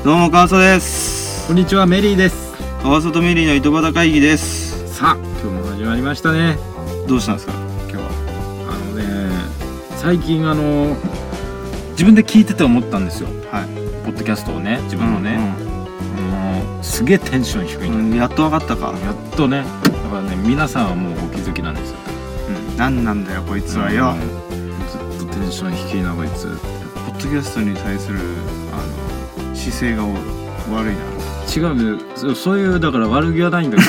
どうも川曽です。 こんにちは、メリーです。 川曽とメリーの井戸端会議です。 さあ、今日も始まりましたね。 どうしたんですか今日は。 最近自分で聞いてて思ったんですよ。 はい。 ポッドキャストをね、自分のね、もうすげえテンション低いんだ、 やっと分かったか。 やっとね。だからね、皆さんはもうお気づきなんですよ。 何なんだよこいつはよ。 ずっとテンション低いなこいつ。 ポッドキャストに対する姿勢が悪いな。 違うんだよ。そういうだから悪気はないんだけ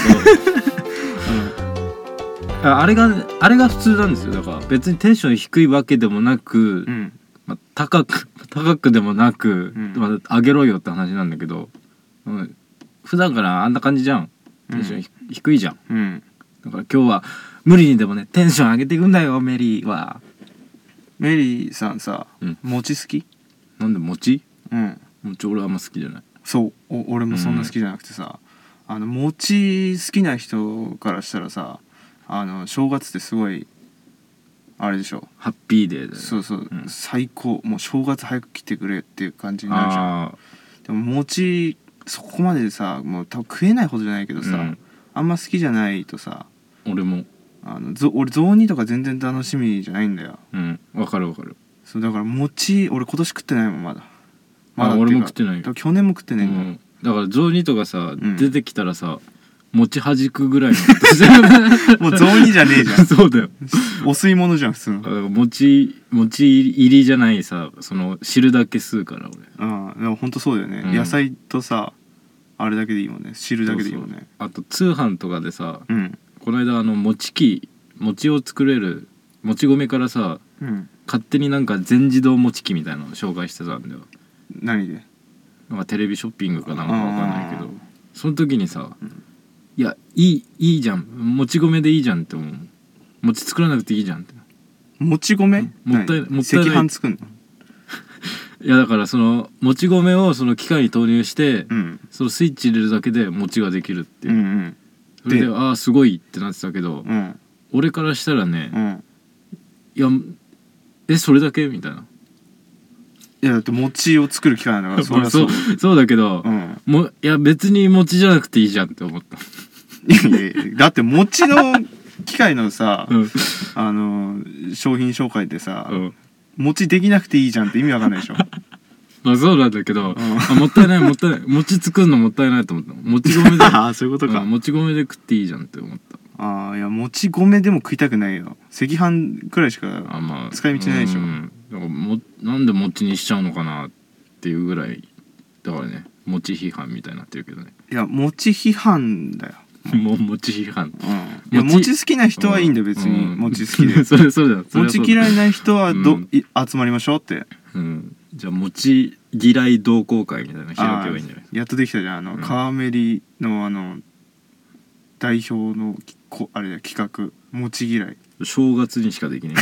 どあれが普通なんですよ。だから別にテンション低いわけでもなく、高くでもなく、上げろよって話なんだけど、普段からあんな感じじゃん。テンション低いじゃん、だから今日は無理にでもねテンション上げていくんだよ。メリーは。 メリーさんさ、餅好き？ なんで餅？餅俺あんま好きじゃない。 そう、俺もそんな好きじゃなくてさ、餅好きな人からしたらさ、正月ってすごいあれでしょ、 ハッピーデーで、 そうそう、最高、もう正月早く来てくれっていう感じになるじゃん。でも餅そこまでさ、もう多分食えないほどじゃないけどさ、あんま好きじゃないとさ、 俺も俺雑煮とか全然楽しみじゃないんだよ。 わかる。 そうだから餅俺今年食ってないもんまだ俺も食ってないよ。 去年も食ってないんだ、 だから雑煮とかさ、出てきたらさ餅弾くぐらいのもう雑煮じゃねえじゃんそうだよ、 お吸い物じゃん普通の。 餅入りじゃないさ、その汁だけ吸うから俺。 でもほんとそうだよね、野菜とさあれだけでいいもんね、汁だけでいいもんね。 あと通販とかでさ、この間餅を作れるもち米からさ、勝手になんか全自動餅機みたいなのを紹介してたんだよ。 何で？ なんかテレビショッピングかなんかわかんないけど、その時にさ、いやいいじゃん、もち米でいいじゃんって思う。餅作らなくていいじゃんって。 もち米？ もったいない。 赤飯作んの？ いやだからそのもち米をその機械に投入して、そのスイッチ入れるだけで餅ができるっていう、それですごいってなってたけど、俺からしたらね、いやそれだけみたいな。 いやだって餅を作る機械なんだからそうだけど、いや別に餅じゃなくていいじゃんって思った。 だって餅の機械のさ、商品紹介でさ、餅できなくていいじゃんって意味わかんないでしょ。 そうなんだけど、もったいない餅作るのもったいないと思った。もち米でそういうことか、 もち米で食っていいじゃんって思った。 いやもち米でも食いたくないよ。赤飯くらいしか使い道ないでしょ。 だからなんで餅にしちゃうのかなっていうぐらいだからね、餅批判みたいになってるけどね。 いや餅批判だよもう餅批判。 いや餅好きな人はいいんだよ別に、餅好きでそれだ。 餅嫌いな人は集まりましょうって。 じゃあ餅嫌い同好会みたいなの開けばいいんじゃない？ やっとできたじゃん。川メリの代表のあれだ企画、餅嫌い。 正月にしかできない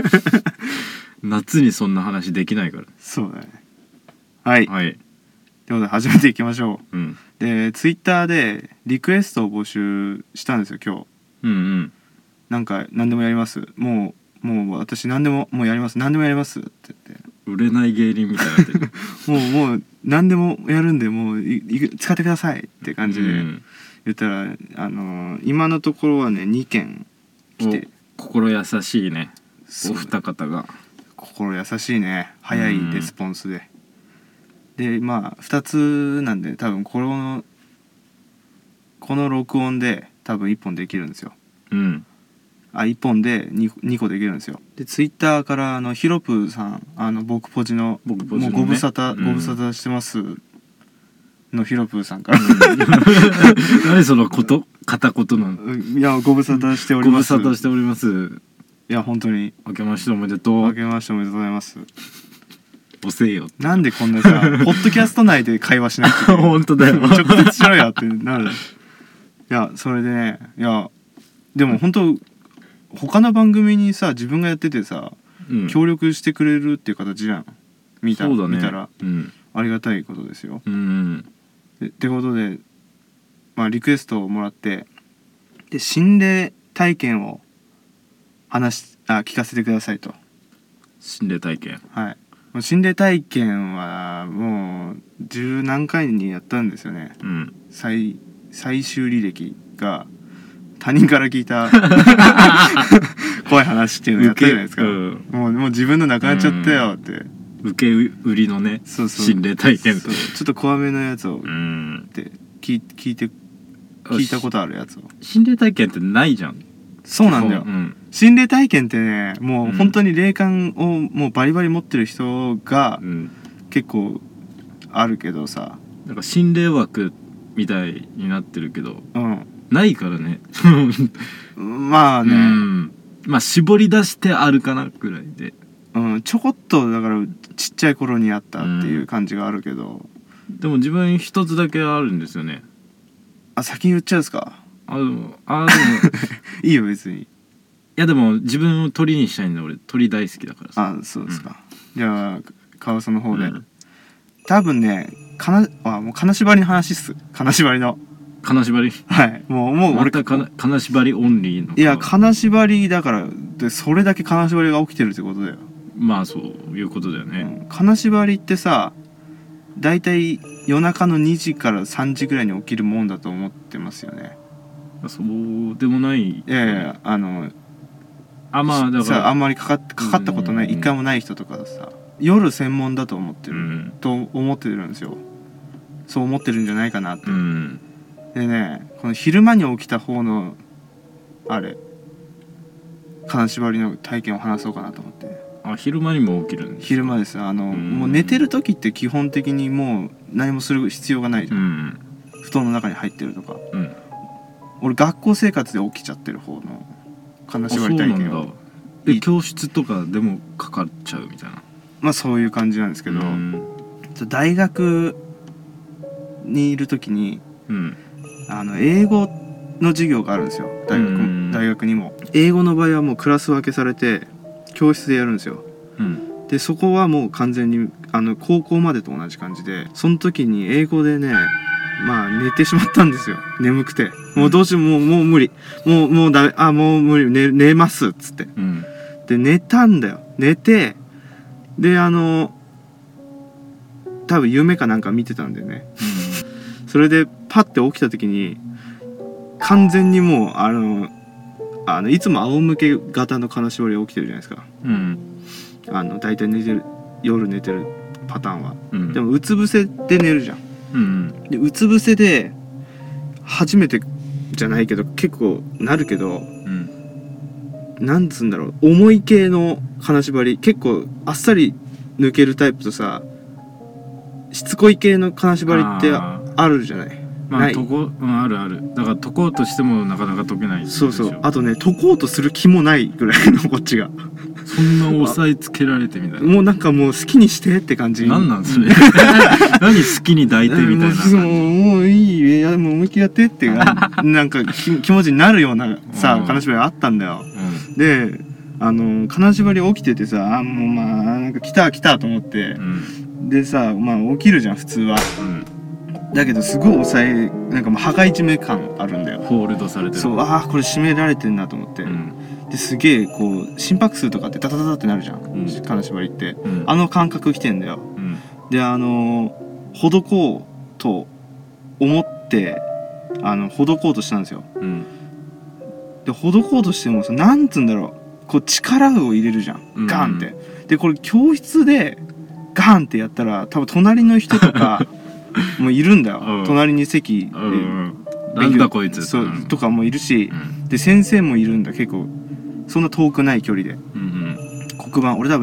夏にそんな話できないから。 そうだね。はいということで始めていきましょう。でツイッターでリクエストを募集したんですよ今日。なんか何でもやります、もう私何でももうやります、何でもやりますって言って、 売れない芸人みたいになってるもう何でもやるんでもう使ってくださいって感じで言ったら、今のところはね2件来て。 心優しいね、お二方が。 心優しいね、早いレスポンスで。で2つなんで多分この録音で多分1本できるんですよ。1本で 2個できるんですよ。でツイッターからヒロプーさん、僕ポジのもうご無沙汰してますのヒロプーさんから何その片言なの。 いやご無沙汰しております。 ご無沙汰しております。 いや本当に明けましておめでとう。 明けましておめでとうございます。 遅えよ。 なんでこんなさポッドキャスト内で会話しなくて本当だよ直接しろよってなる。いやそれでね、いやでも本当他の番組にさ自分がやっててさ、協力してくれるっていう形じゃん。見たら、ありがたいことですよ。ってことでリクエストをもらって、で心霊体験を聞かせてくださいと。 心霊体験。 はい。 心霊体験はもう十何回にやったんですよね、最終履歴が他人から聞いた怖い話っていうのをやったじゃないですか、もう自分のなくなっちゃったよって、 受け売りのね、心霊体験とちょっと怖めのやつをって聞いたことあるやつを。 心霊体験ってないじゃん。 そうなんだよ、心霊体験ってね、もう本当に霊感をもうバリバリ持ってる人が結構あるけどさ、 なんか心霊枠みたいになってるけど、ないからねまあね、 まあ絞り出してあるかなぐらいで、 ちょこっとだからちっちゃい頃にあったっていう感じがあるけど、 でも自分一つだけあるんですよね。 先に言っちゃうんですか？ でもいいよ別に。 いやでも自分を鳥にしたいんだ、俺鳥大好きだからさ。 そうですか、じゃあ川瀬の方で、多分ねもう金縛りの話っす。金縛りの金縛り、 はい、もう俺金縛りオンリーの。 いや金縛りだからで、それだけ金縛りが起きてるってことだよ。 まあそういうことだよね、 金縛りってさ、だいたい夜中の2時から3時ぐらいに起きるもんだと思ってますよね。 そうでもない。 いやいやまあだからあんまりかかったことない、一回もない人とかさ、夜専門だと思ってる、と思ってるんですよ。そう思ってるんじゃないかなって、でね、この昼間に起きた方の金縛りの体験を話そうかなと思って。 昼間にも起きるんですか？ 昼間です。もう寝てる時って基本的にもう何もする必要がないじゃん、布団の中に入ってるとか、俺学校生活で起きちゃってる方の金縛り体験を。 教室とかでもかかっちゃうみたいな。 まあそういう感じなんですけど、大学にいる時に、英語の授業があるんですよ、大学にも。英語の場合はもうクラス分けされて教室でやるんですよ、でそこはもう完全に高校までと同じ感じで、その時に英語でね、寝てしまったんですよ、眠くて。もうどうしよう、もう無理、もうダメ、もう無理、寝ますっつって、で寝たんだよ。寝て、で多分夢かなんか見てたんだよね、それでパッて起きた時に完全にもういつも仰向け型の金縛りが起きてるじゃないですか、だいたい夜寝てるパターンは、でもうつ伏せで寝るじゃん、でうつ伏せで初めてじゃないけど結構なるけど、なんつうんだろう、重い系の金縛り、結構あっさり抜けるタイプとさ、しつこい系の金縛りってあるじゃない。 あるある。だから解こうとしてもなかなか解けない。 そうそう。あとね、解こうとする気もないぐらいのこっちが。 そんな押さえつけられてみたいな。 もうなんかもう好きにしてって感じ。 なんなんそれ。何好きに抱いてみたいな。 もういい、もう思いっきりやってってなんか気持ちになるようなさ、金縛りあったんだよ。で、金縛り起きててさ、もうなんか来たと思って、でさ、起きるじゃん普通は。だけどすごいなんかもう羽交い締め感あるんだよ。 ホールドされてる。 そう、これ締められてんなと思って、ですげえこう心拍数とかってダダダダってなるじゃん、金縛りって、感覚きてんだよ、でほどこうと思ってほどこうとしたんですよ、でほどこうとしてもさ、なんつうんだろう、こう力を入れるじゃん、ガンって。でこれ教室でガンってやったら多分隣の人とかもういるんだよ、隣に席で、 なんだこいつとかもいるし、で先生もいるんだ、結構そんな遠くない距離で、黒板、俺多分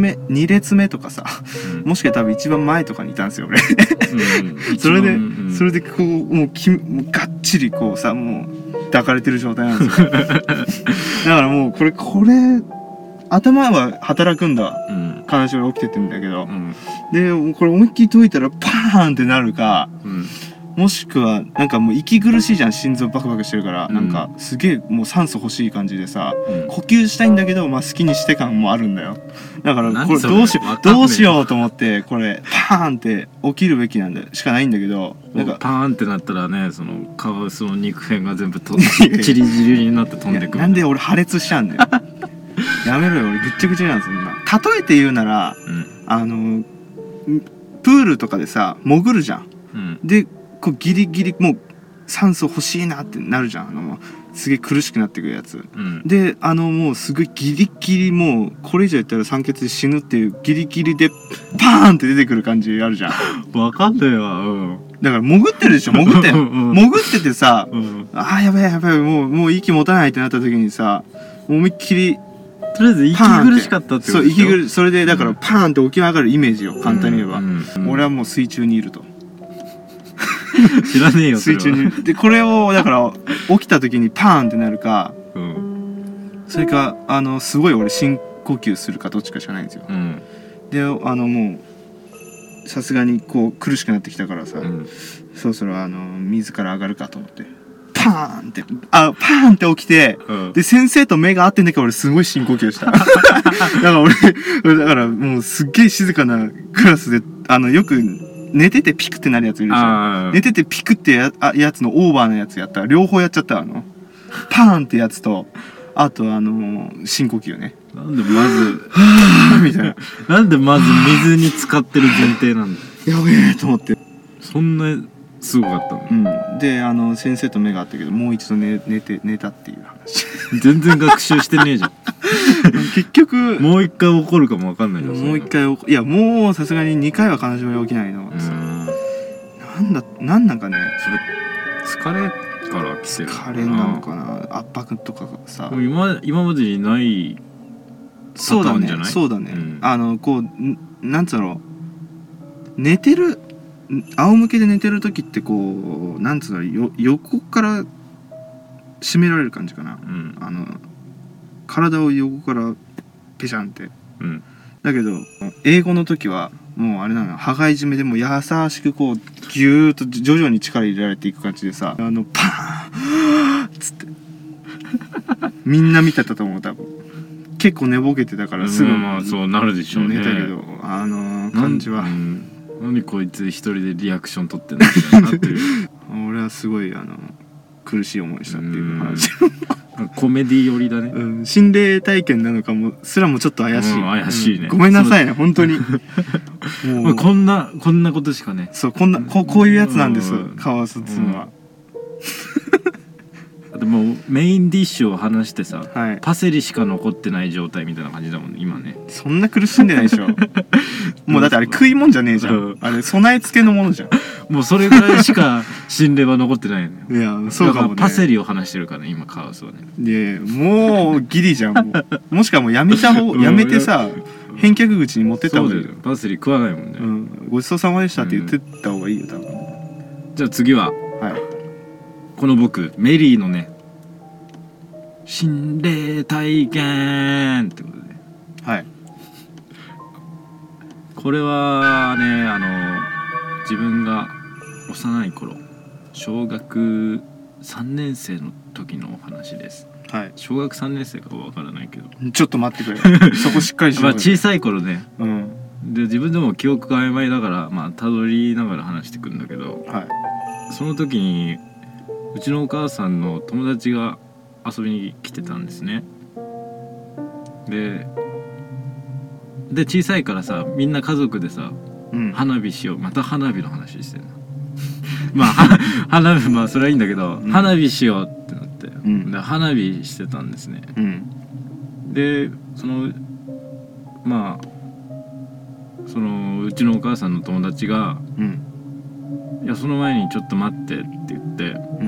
2列目とかさ、もしくは多分一番前とかにいたんですよ俺それでこうもうがっちりこうさ、もう抱かれてる状態なんですよだからもうこれ頭は働くんだ、金縛り起きてってんだけど、でこれ思いっきり解いたらパーンってなるか、もしくはなんかもう息苦しいじゃん、心臓バクバクしてるから、なんかすげえもう酸素欲しい感じでさ、呼吸したいんだけど好きにして感もあるんだよ。だからこれどうしようと思って、これパーンって起きるべきなんだしかないんだけど、 なんかパーンってなったらね、そのカワウソの肉片が全部チリチリになって飛んでくる。 なんで俺破裂しちゃうんだよやめろよ、俺ぐっちゃぐちゃなんですよ。例えて言うなら、 プールとかでさ潜るじゃん、 うん、 でこうギリギリもう酸素欲しいなってなるじゃん、すげえ苦しくなってくるやつ、 うん、 でもうすごいギリギリもうこれ以上やったら酸欠で死ぬっていうギリギリでパーンって出てくる感じあるじゃん。 わかんないわ、うん、 だから潜ってるでしょ、潜って潜っててさ、 うん、 やばいやばい、もう息持たないってなった時にさ、思いっきりとりあえず息苦しかったってことでしょ。 そうそれでだからパーンって起き上がるイメージよ、簡単に言えば、俺はもう水中にいると知らねえよ水中にでこれをだから起きた時にパーンってなるか、 うん、 それかすごい俺深呼吸するかどっちかしかないんですよ、うん、でもうさすがにこう苦しくなってきたからさ、うん、そろそろ自ら上がるかと思ってパーンって起きて、うん、で先生と目が合ってんだけど俺すごい深呼吸しただからもうすっげえ静かなクラスでよく寝ててピクってなるやついるでしょ。寝ててピクってやつのオーバーなやつやったら両方やっちゃったパーンってやつとあと深呼吸ね。 なんでまずみたいななんでまず水に浸かってる前提なんだやべえと思って、 そんなすごかったの、 うん、で先生と目が合ったけどもう一度寝たっていう話全然学習してねえじゃん結局もう一回起こるかも分かんないじゃん。 もう一回いやもうさすがに2回は金縛り起きないのなんかね、 それ疲れから来てる疲れなのかな、圧迫とかがさ今までにないパターンじゃない？ そうだね、うん、こうなんつうの寝てる仰向けで寝てる時ってこうなんつうの横から締められる感じかな、うん、体を横からペシャンって、うん、だけど英語の時はもうあれなの、羽交い締めでもう優しくこうギューッと徐々に力入れられていく感じでさパーンっつってみんな見てたと思う多分。結構寝ぼけてたからすぐ、 まあそうなるでしょうね。 寝たけど感じは何こいつ一人でリアクション取ってんのみたいになってる俺はすごい苦しい思いしたっていう話コメディ寄りだね、 うん、心霊体験なのかもすらもちょっと怪しい、 怪しいね、 ごめんなさいね本当にもうこんなことしかね、 そうこういうやつなんです、カワウソっつうのは、 でもメインディッシュを話してさ、 はい、 パセリしか残ってない状態みたいな感じだもんね今ね。 そんな苦しんでないでしょもうだってあれ食い物じゃねえじゃん、あれ備え付けのものじゃんもうそれぐらいしか心霊は残ってないのよいやそうかもね、 だからパセリを話してるからね今カワウソはね。 いやもうギリじゃんもしかもうやめてさ返却口に持ってった方がいいよ。 パセリ食わないもんね、 うん、ごちそうさまでしたって言ってった方がいいよ多分。 じゃあ次は、はい、この僕メリーのね心霊体験ってことで、 はい、 これはね自分が幼い頃小学3年生の時のお話です、はい、小学3年生かは分からないけどちょっと待ってくれそこしっかりしろまあ小さい頃ね、 うん、 で自分でも記憶が曖昧だからまあたどりながら話してくんだけど、はい、その時にうちのお母さんの友達が遊びに来てたんですね。で小さいからさみんな家族でさ、うん、花火しよう、また花火の話してるまあ花火まあそれはいいんだけど、うん、花火しようってなって、うん、で花火してたんですね、うん、でまあうちのお母さんの友達が、うん、いやその前にちょっと待ってって言って、うん、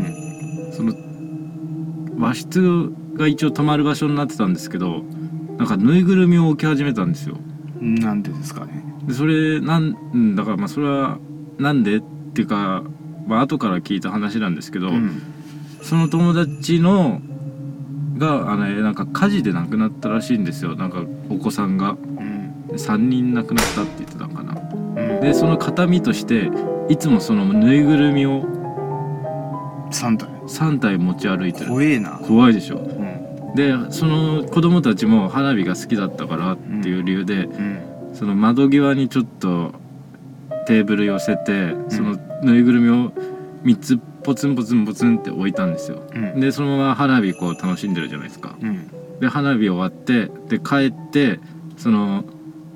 その和室が一応泊まる場所になってたんですけどなんかぬいぐるみを置き始めたんですよ。 なんでですかね。でそれだからまあそれはなんでっていうかまあ後から聞いた話なんですけど、うん、その友達がなんか火事で亡くなったらしいんですよ。なんかお子さんが、うん、3人亡くなったって言ってたのかな、うん、でその形見としていつもそのぬいぐるみを3体持ち歩いてる。 怖えな。 怖いでしょ、うん、でその子供たちも花火が好きだったからっていう理由で、うん、その窓際にちょっとテーブル寄せて、うん、そのぬいぐるみを3つポツンポツンポツンって置いたんですよ、うん、でそのまま花火こう楽しんでるじゃないですか、うん、で花火終わってで帰ってその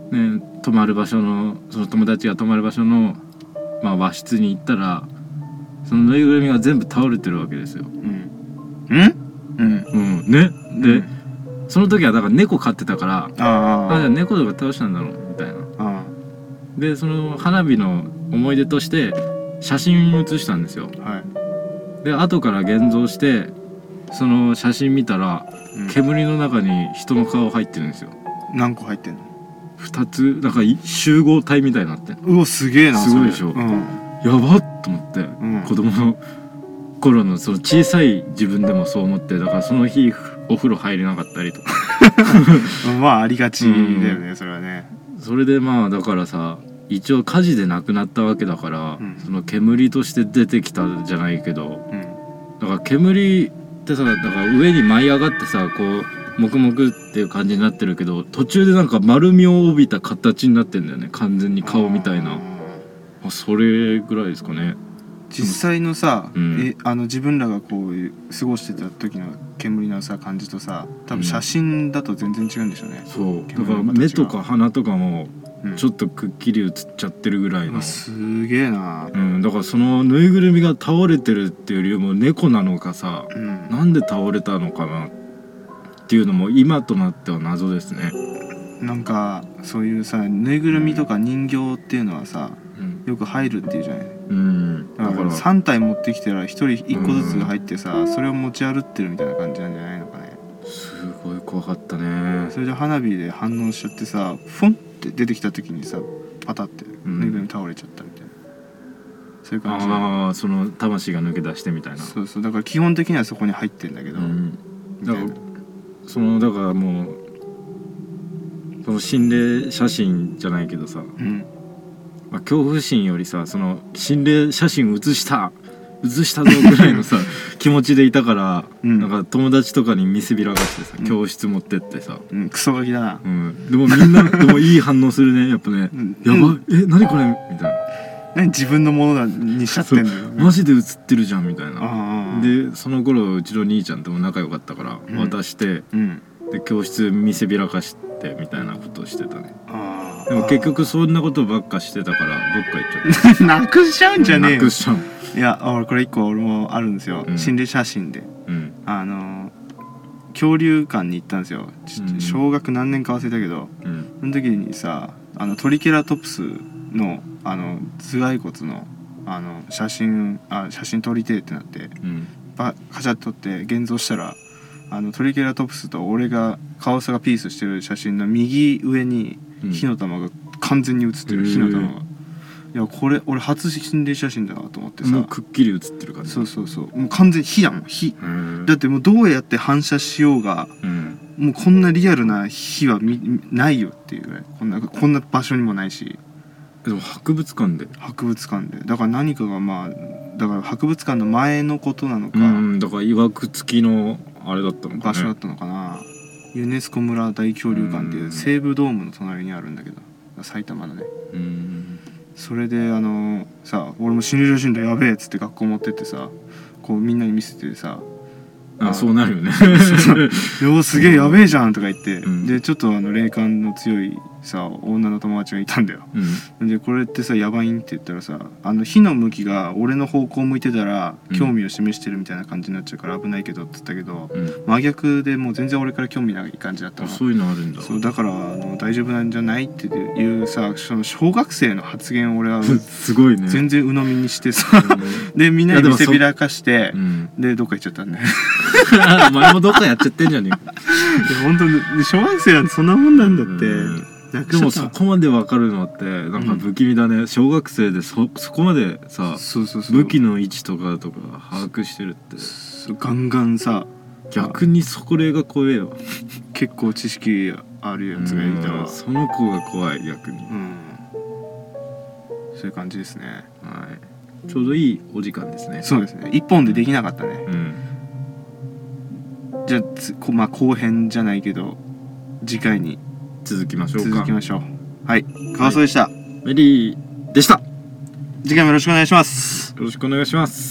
ね、泊まる場所のその友達が泊まる場所の、まあ、和室に行ったらそのぬいぐるみが全部倒れてるわけですよ。 ね、 で、その時はだから猫飼ってたからじゃあ猫とか倒したんだろうみたいな。でその花火の思い出として写真写したんですよ。で後から現像してその写真見たら、煙の中に人の顔入ってるんですよ。 何個入ってんの ？2つなんか集合体みたいになってん。 うわすげえな。 すごいでしょ、やばっと思って、子供の頃のその小さい自分でもそう思って、だからその日お風呂入れなかったりとかまあありがちだよね、それはね。 それでまあだからさ一応火事で亡くなったわけだから、その煙として出てきたじゃないけど、だから煙ってさだから上に舞い上がってさこう黙々っていう感じになってるけど途中でなんか丸みを帯びた形になってんだよね、完全に顔みたいな。それぐらいですかね。 実際のさ、自分らがこう過ごしてた時の煙のさ感じとさ多分写真だと全然違うんでしょうね。 そうだから目とか鼻とかもちょっとくっきり写っちゃってるぐらいの、 すげえな。 だからそのぬいぐるみが倒れてるっていうよりも猫なのかさ、なんで倒れたのかなっていうのも今となっては謎ですね。 なんかそういうさぬいぐるみとか人形っていうのはさ、よく入るっていうじゃない。だから3体持ってきたら1人1個ずつ入ってさ、それを持ち歩ってるみたいな感じなんじゃないのかね。 すごい怖かったね。 それで花火で反応しちゃってさフォンって出てきた時にさパタってぬいぐるみ倒れちゃったみたいな、そういう感じ。 その魂が抜け出してみたいな。 そうそう、だから基本的にはそこに入ってんだけど、 だからもうその心霊写真じゃないけどさ、恐怖心よりさその心霊写真写したぞぐらいのさ気持ちでいたから、なんか友達とかに見せびらかしてさ、教室持ってってさ、 クソガキだな。 でもみんなでもいい反応するねやっぱね。やばい、何これみたいな。 自分のものにしちゃってんだよ。 マジで写ってるじゃんみたいな。でその頃うちの兄ちゃんとも仲良かったから渡して、で教室見せびらかしてみたいなことをしてたね。でも結局そんなことばっかしてたからどっか行っちゃったなくしちゃうんじゃねえよ。 なくしちゃう。 いやこれ1個俺もあるんですよ、心霊写真で、恐竜館に行ったんですよ、小学何年か忘れたけど、その時にさトリケラトプスの頭蓋骨の写真撮りてえってなって、カチャッと撮って現像したらトリケラトプスと俺がカワウソがピースしてる写真の右上に火の玉が完全に写ってる、火の玉が。いやこれ俺初心霊写真だなと思ってさ、 もうくっきり写ってる感じ。 そうもう完全に火だもん。火だってもうどうやって反射しようが、もうこんなリアルな火はないよっていうぐらい、こんな場所にもないし。 でも博物館でだから何かがだから博物館の前のことなのか、 だからいわくつきのあれだったのかね、 場所だったのかな。ユネスコ村大恐竜館っていう西武ドームの隣にあるんだけど、埼玉のね。それでさ俺も心霊写真だやべえっつって学校持ってってさこうみんなに見せてさ、 そうなるよねすげえやべえじゃんとか言って、でちょっと霊感の強いさ女の友達がいたんだよ、でこれってさやばいんって言ったらさ火の向きが俺の方向向いてたら興味を示してるみたいな感じになっちゃうから危ないけどって言ったけど、真逆でもう全然俺から興味ない感じだったの。 そういうのあるんだ。 そうだから大丈夫なんじゃないっていうさその小学生の発言を俺はすごいね全然鵜呑みにしてさでみんなに見せびらかして、でどっか行っちゃったんだよお前もどっかやっちゃってんじゃねえか本当に小学生なんてそんなもんなんだって。 でもそこまで分かるのってなんか不気味だね、小学生でそこまでさ武器の位置とか把握してるって。 ガンガンさ逆にそこが怖えよ結構知識あるやつがいたわ。 その子が怖い逆に。 そういう感じですね。 ちょうどいいお時間ですね。 そうですね、一本でできなかったね。じゃあ後編じゃないけど次回に続きましょう。 はい、カワウソでした。 メリーでした。 次回もよろしくお願いします。 よろしくお願いします。